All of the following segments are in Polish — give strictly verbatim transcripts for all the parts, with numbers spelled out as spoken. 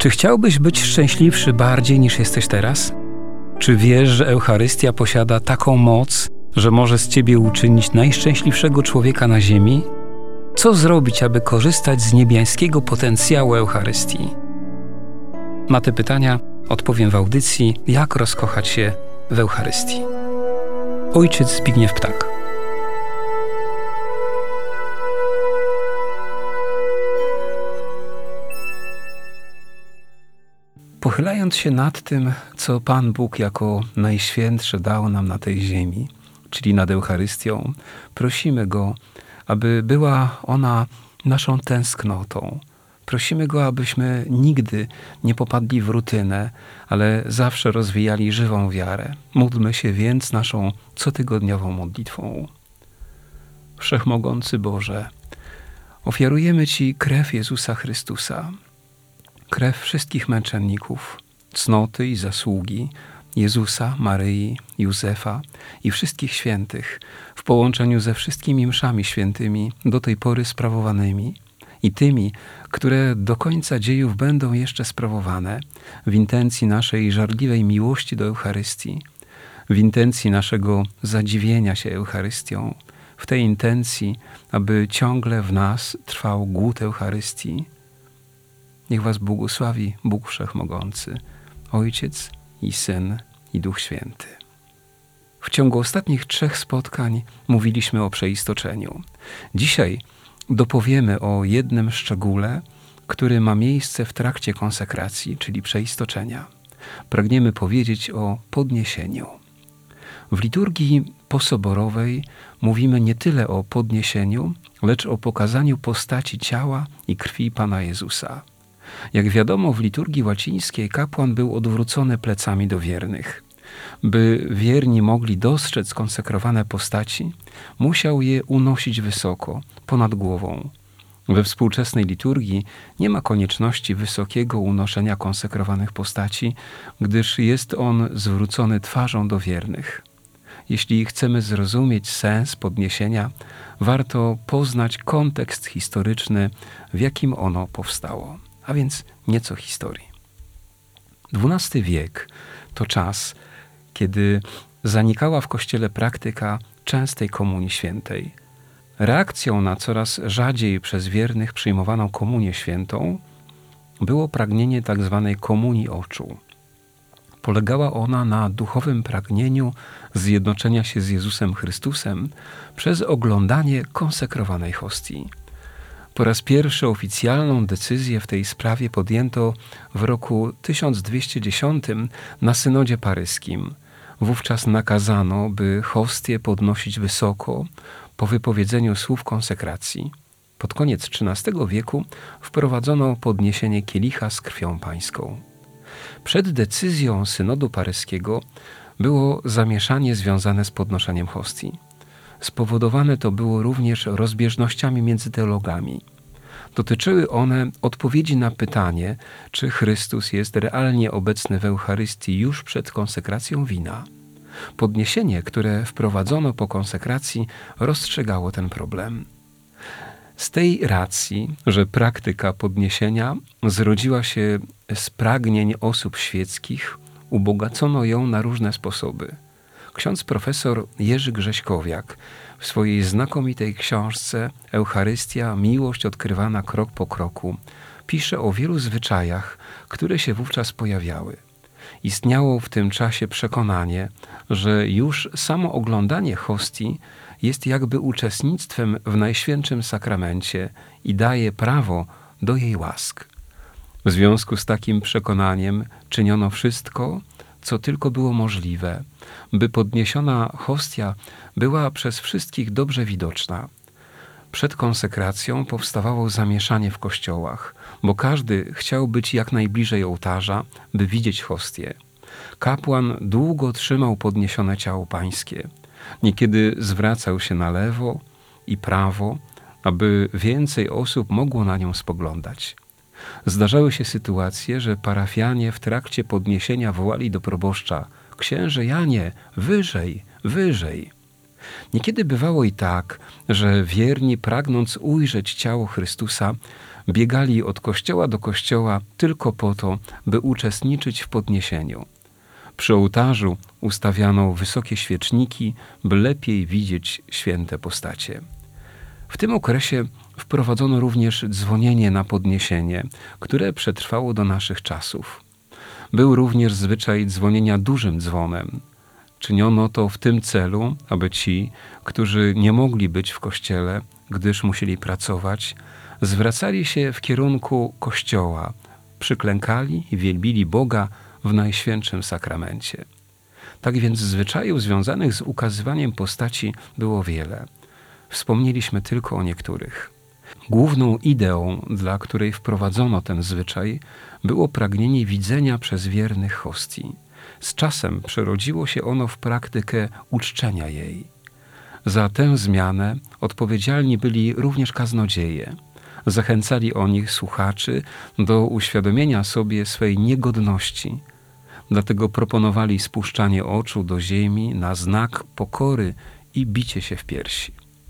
Czy chciałbyś być szczęśliwszy bardziej niż jesteś teraz? Czy wiesz, że Eucharystia posiada taką moc, że może z ciebie uczynić najszczęśliwszego człowieka na ziemi? Co zrobić, aby korzystać z niebiańskiego potencjału Eucharystii? Na te pytania odpowiem w audycji Jak rozkochać się w Eucharystii. Ojciec Zbigniew Ptak. Pochylając się nad tym, co Pan Bóg jako najświętsze dał nam na tej ziemi, czyli nad Eucharystią, prosimy Go, aby była ona naszą tęsknotą. Prosimy Go, abyśmy nigdy nie popadli w rutynę, ale zawsze rozwijali żywą wiarę. Módlmy się więc naszą cotygodniową modlitwą. Wszechmogący Boże, ofiarujemy Ci krew Jezusa Chrystusa, krew wszystkich męczenników, cnoty i zasługi Jezusa, Maryi, Józefa i wszystkich świętych w połączeniu ze wszystkimi mszami świętymi do tej pory sprawowanymi i tymi, które do końca dziejów będą jeszcze sprawowane w intencji naszej żarliwej miłości do Eucharystii, w intencji naszego zadziwienia się Eucharystią, w tej intencji, aby ciągle w nas trwał głód Eucharystii. Niech Was błogosławi Bóg Wszechmogący, Ojciec i Syn i Duch Święty. W ciągu ostatnich trzech spotkań mówiliśmy o przeistoczeniu. Dzisiaj dopowiemy o jednym szczególe, który ma miejsce w trakcie konsekracji, czyli przeistoczenia. Pragniemy powiedzieć o podniesieniu. W liturgii posoborowej mówimy nie tyle o podniesieniu, lecz o pokazaniu postaci ciała i krwi Pana Jezusa. Jak wiadomo, w liturgii łacińskiej kapłan był odwrócony plecami do wiernych. By wierni mogli dostrzec konsekrowane postaci, musiał je unosić wysoko, ponad głową. We współczesnej liturgii nie ma konieczności wysokiego unoszenia konsekrowanych postaci, gdyż jest on zwrócony twarzą do wiernych. Jeśli chcemy zrozumieć sens podniesienia, warto poznać kontekst historyczny, w jakim ono powstało. A więc nieco historii. dwunasty wiek to czas, kiedy zanikała w Kościele praktyka częstej komunii świętej. Reakcją na coraz rzadziej przez wiernych przyjmowaną komunię świętą było pragnienie tzw. komunii oczu. Polegała ona na duchowym pragnieniu zjednoczenia się z Jezusem Chrystusem przez oglądanie konsekrowanej hostii. Po raz pierwszy oficjalną decyzję w tej sprawie podjęto w roku tysiąc dwieście dziesiątym na synodzie paryskim. Wówczas nakazano, by hostię podnosić wysoko po wypowiedzeniu słów konsekracji. Pod koniec trzynastego wieku wprowadzono podniesienie kielicha z krwią pańską. Przed decyzją synodu paryskiego było zamieszanie związane z podnoszeniem hostii. Spowodowane to było również rozbieżnościami między teologami. Dotyczyły one odpowiedzi na pytanie, czy Chrystus jest realnie obecny w Eucharystii już przed konsekracją wina. Podniesienie, które wprowadzono po konsekracji, rozstrzygało ten problem. Z tej racji, że praktyka podniesienia zrodziła się z pragnień osób świeckich, ubogacono ją na różne sposoby. Ksiądz profesor Jerzy Grześkowiak w swojej znakomitej książce Eucharystia, miłość odkrywana krok po kroku pisze o wielu zwyczajach, które się wówczas pojawiały. Istniało w tym czasie przekonanie, że już samo oglądanie hostii jest jakby uczestnictwem w Najświętszym Sakramencie i daje prawo do jej łask. W związku z takim przekonaniem czyniono wszystko, co tylko było możliwe, by podniesiona hostia była przez wszystkich dobrze widoczna. Przed konsekracją powstawało zamieszanie w kościołach, bo każdy chciał być jak najbliżej ołtarza, by widzieć hostię. Kapłan długo trzymał podniesione ciało pańskie. Niekiedy zwracał się na lewo i prawo, aby więcej osób mogło na nią spoglądać. Zdarzały się sytuacje, że parafianie w trakcie podniesienia wołali do proboszcza: księże Janie, wyżej, wyżej. Niekiedy bywało i tak, że wierni, pragnąc ujrzeć ciało Chrystusa, biegali od kościoła do kościoła tylko po to, by uczestniczyć w podniesieniu. Przy ołtarzu ustawiano wysokie świeczniki, by lepiej widzieć święte postacie. W tym okresie wprowadzono również dzwonienie na podniesienie, które przetrwało do naszych czasów. Był również zwyczaj dzwonienia dużym dzwonem. Czyniono to w tym celu, aby ci, którzy nie mogli być w kościele, gdyż musieli pracować, zwracali się w kierunku kościoła, przyklękali i wielbili Boga w Najświętszym Sakramencie. Tak więc zwyczajów związanych z ukazywaniem postaci było wiele. Wspomnieliśmy tylko o niektórych. Główną ideą, dla której wprowadzono ten zwyczaj, było pragnienie widzenia przez wiernych hostii. Z czasem przerodziło się ono w praktykę uczczenia jej. Za tę zmianę odpowiedzialni byli również kaznodzieje. Zachęcali oni słuchaczy do uświadomienia sobie swej niegodności. Dlatego proponowali spuszczanie oczu do ziemi na znak pokory i bicie się w piersi.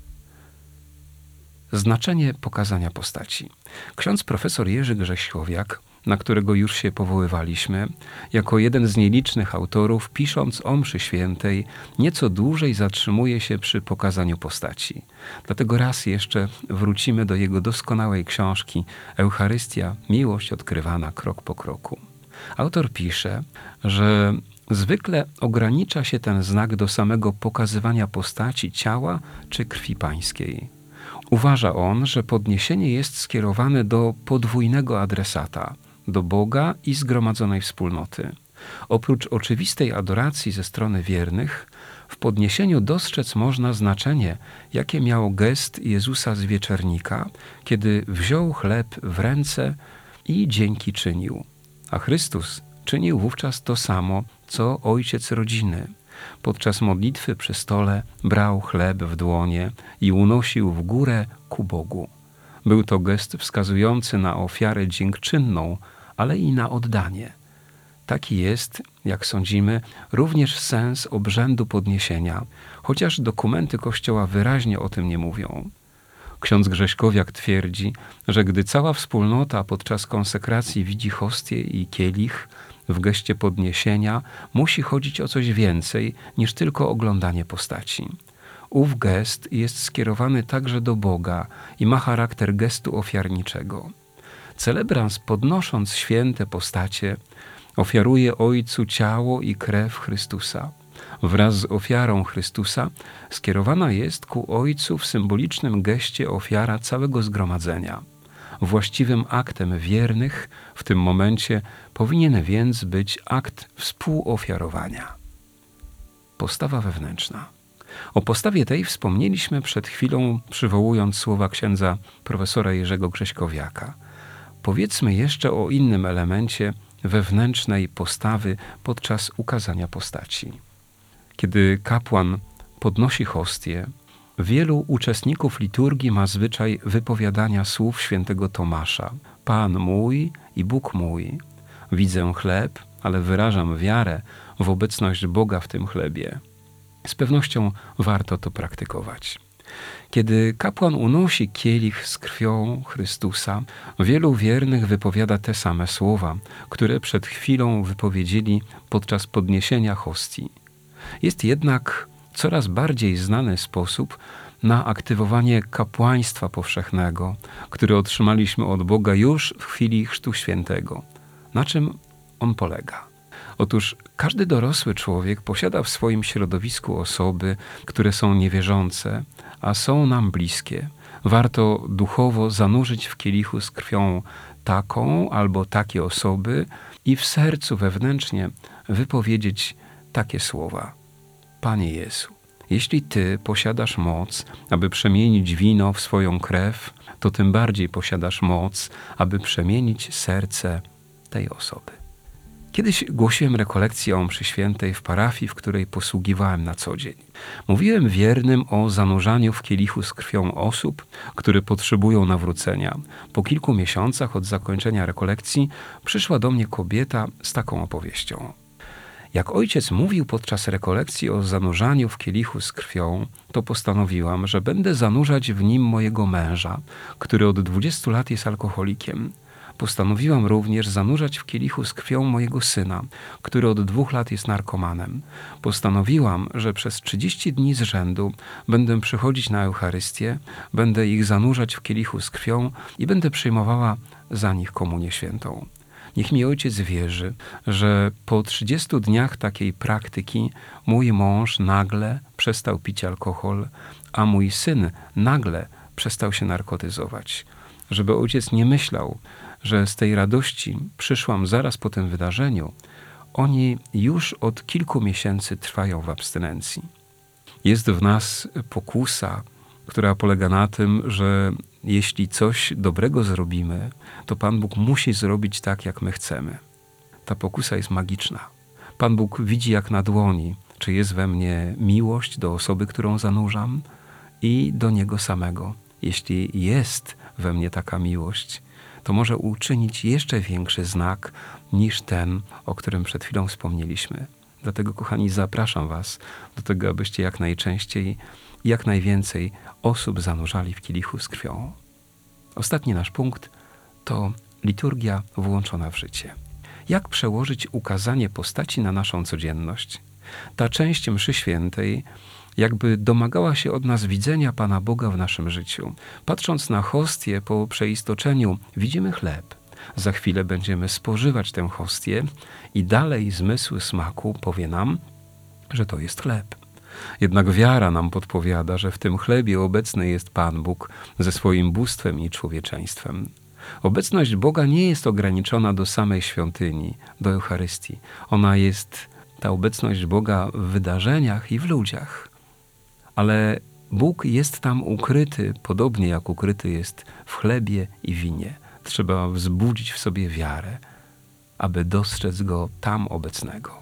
Znaczenie pokazania postaci. Ksiądz profesor Jerzy Grześkowiak, na którego już się powoływaliśmy, jako jeden z nielicznych autorów, pisząc o mszy świętej, nieco dłużej zatrzymuje się przy pokazaniu postaci. Dlatego raz jeszcze wrócimy do jego doskonałej książki Eucharystia, miłość odkrywana krok po kroku. Autor pisze, że zwykle ogranicza się ten znak do samego pokazywania postaci ciała czy krwi pańskiej. Uważa on, że podniesienie jest skierowane do podwójnego adresata, do Boga i zgromadzonej wspólnoty. Oprócz oczywistej adoracji ze strony wiernych, w podniesieniu dostrzec można znaczenie, jakie miał gest Jezusa z wieczernika, kiedy wziął chleb w ręce i dzięki czynił. A Chrystus czynił wówczas to samo, co ojciec rodziny. Podczas modlitwy przy stole brał chleb w dłonie i unosił w górę ku Bogu. Był to gest wskazujący na ofiarę dziękczynną, ale i na oddanie. Taki jest, jak sądzimy, również sens obrzędu podniesienia, chociaż dokumenty Kościoła wyraźnie o tym nie mówią. Ksiądz Grześkowiak twierdzi, że gdy cała wspólnota podczas konsekracji widzi hostię i kielich, w geście podniesienia musi chodzić o coś więcej niż tylko oglądanie postaci. Ów gest jest skierowany także do Boga i ma charakter gestu ofiarniczego. Celebrans, podnosząc święte postacie, ofiaruje Ojcu ciało i krew Chrystusa. Wraz z ofiarą Chrystusa skierowana jest ku Ojcu w symbolicznym geście ofiara całego zgromadzenia. Właściwym aktem wiernych w tym momencie powinien więc być akt współofiarowania. Postawa wewnętrzna. O postawie tej wspomnieliśmy przed chwilą, przywołując słowa księdza profesora Jerzego Grześkowiaka. Powiedzmy jeszcze o innym elemencie wewnętrznej postawy podczas ukazania postaci. Kiedy kapłan podnosi hostię, wielu uczestników liturgii ma zwyczaj wypowiadania słów świętego Tomasza. Pan mój i Bóg mój. Widzę chleb, ale wyrażam wiarę w obecność Boga w tym chlebie. Z pewnością warto to praktykować. Kiedy kapłan unosi kielich z krwią Chrystusa, wielu wiernych wypowiada te same słowa, które przed chwilą wypowiedzieli podczas podniesienia hostii. Jest jednak coraz bardziej znany sposób na aktywowanie kapłaństwa powszechnego, który otrzymaliśmy od Boga już w chwili Chrztu Świętego. Na czym on polega? Otóż każdy dorosły człowiek posiada w swoim środowisku osoby, które są niewierzące, a są nam bliskie. Warto duchowo zanurzyć w kielichu z krwią taką albo takie osoby i w sercu wewnętrznie wypowiedzieć takie słowa. Panie Jezu, jeśli Ty posiadasz moc, aby przemienić wino w swoją krew, to tym bardziej posiadasz moc, aby przemienić serce tej osoby. Kiedyś głosiłem rekolekcję o mszy świętej w parafii, w której posługiwałem na co dzień. Mówiłem wiernym o zanurzaniu w kielichu z krwią osób, które potrzebują nawrócenia. Po kilku miesiącach od zakończenia rekolekcji przyszła do mnie kobieta z taką opowieścią. Jak ojciec mówił podczas rekolekcji o zanurzaniu w kielichu z krwią, to postanowiłam, że będę zanurzać w nim mojego męża, który od dwudziestu lat jest alkoholikiem. Postanowiłam również zanurzać w kielichu z krwią mojego syna, który od dwóch lat jest narkomanem. Postanowiłam, że przez trzydzieści dni z rzędu będę przychodzić na Eucharystię, będę ich zanurzać w kielichu z krwią i będę przyjmowała za nich komunię świętą. Niech mi ojciec wierzy, że po trzydziestu dniach takiej praktyki mój mąż nagle przestał pić alkohol, a mój syn nagle przestał się narkotyzować. Żeby ojciec nie myślał, że z tej radości przyszłam zaraz po tym wydarzeniu, oni już od kilku miesięcy trwają w abstynencji. Jest w nas pokusa, która polega na tym, że jeśli coś dobrego zrobimy, to Pan Bóg musi zrobić tak, jak my chcemy. Ta pokusa jest magiczna. Pan Bóg widzi jak na dłoni, czy jest we mnie miłość do osoby, którą zanurzam, i do Niego samego. Jeśli jest we mnie taka miłość, to może uczynić jeszcze większy znak niż ten, o którym przed chwilą wspomnieliśmy. Dlatego, kochani, zapraszam was do tego, abyście jak najczęściej i jak najwięcej osób zanurzali w kielichu z krwią. Ostatni nasz punkt to liturgia włączona w życie. Jak przełożyć ukazanie postaci na naszą codzienność? Ta część mszy świętej jakby domagała się od nas widzenia Pana Boga w naszym życiu. Patrząc na hostię po przeistoczeniu, widzimy chleb. Za chwilę będziemy spożywać tę hostię i dalej zmysł smaku powie nam, że to jest chleb. Jednak wiara nam podpowiada, że w tym chlebie obecny jest Pan Bóg ze swoim bóstwem i człowieczeństwem. Obecność Boga nie jest ograniczona do samej świątyni, do Eucharystii. Ona jest, ta obecność Boga w wydarzeniach i w ludziach. Ale Bóg jest tam ukryty, podobnie jak ukryty jest w chlebie i winie. Trzeba wzbudzić w sobie wiarę, aby dostrzec Go tam obecnego.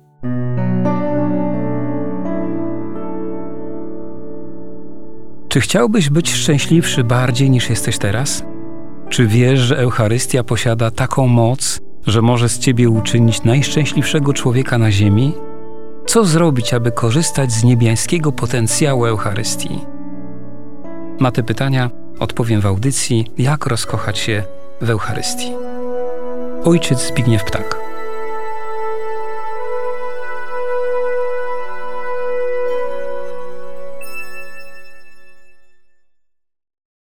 Czy chciałbyś być szczęśliwszy bardziej niż jesteś teraz? Czy wiesz, że Eucharystia posiada taką moc, że może z ciebie uczynić najszczęśliwszego człowieka na ziemi? Co zrobić, aby korzystać z niebiańskiego potencjału Eucharystii? Na te pytania odpowiem w audycji Jak rozkochać się w Eucharystii. Ojciec Zbigniew Ptak.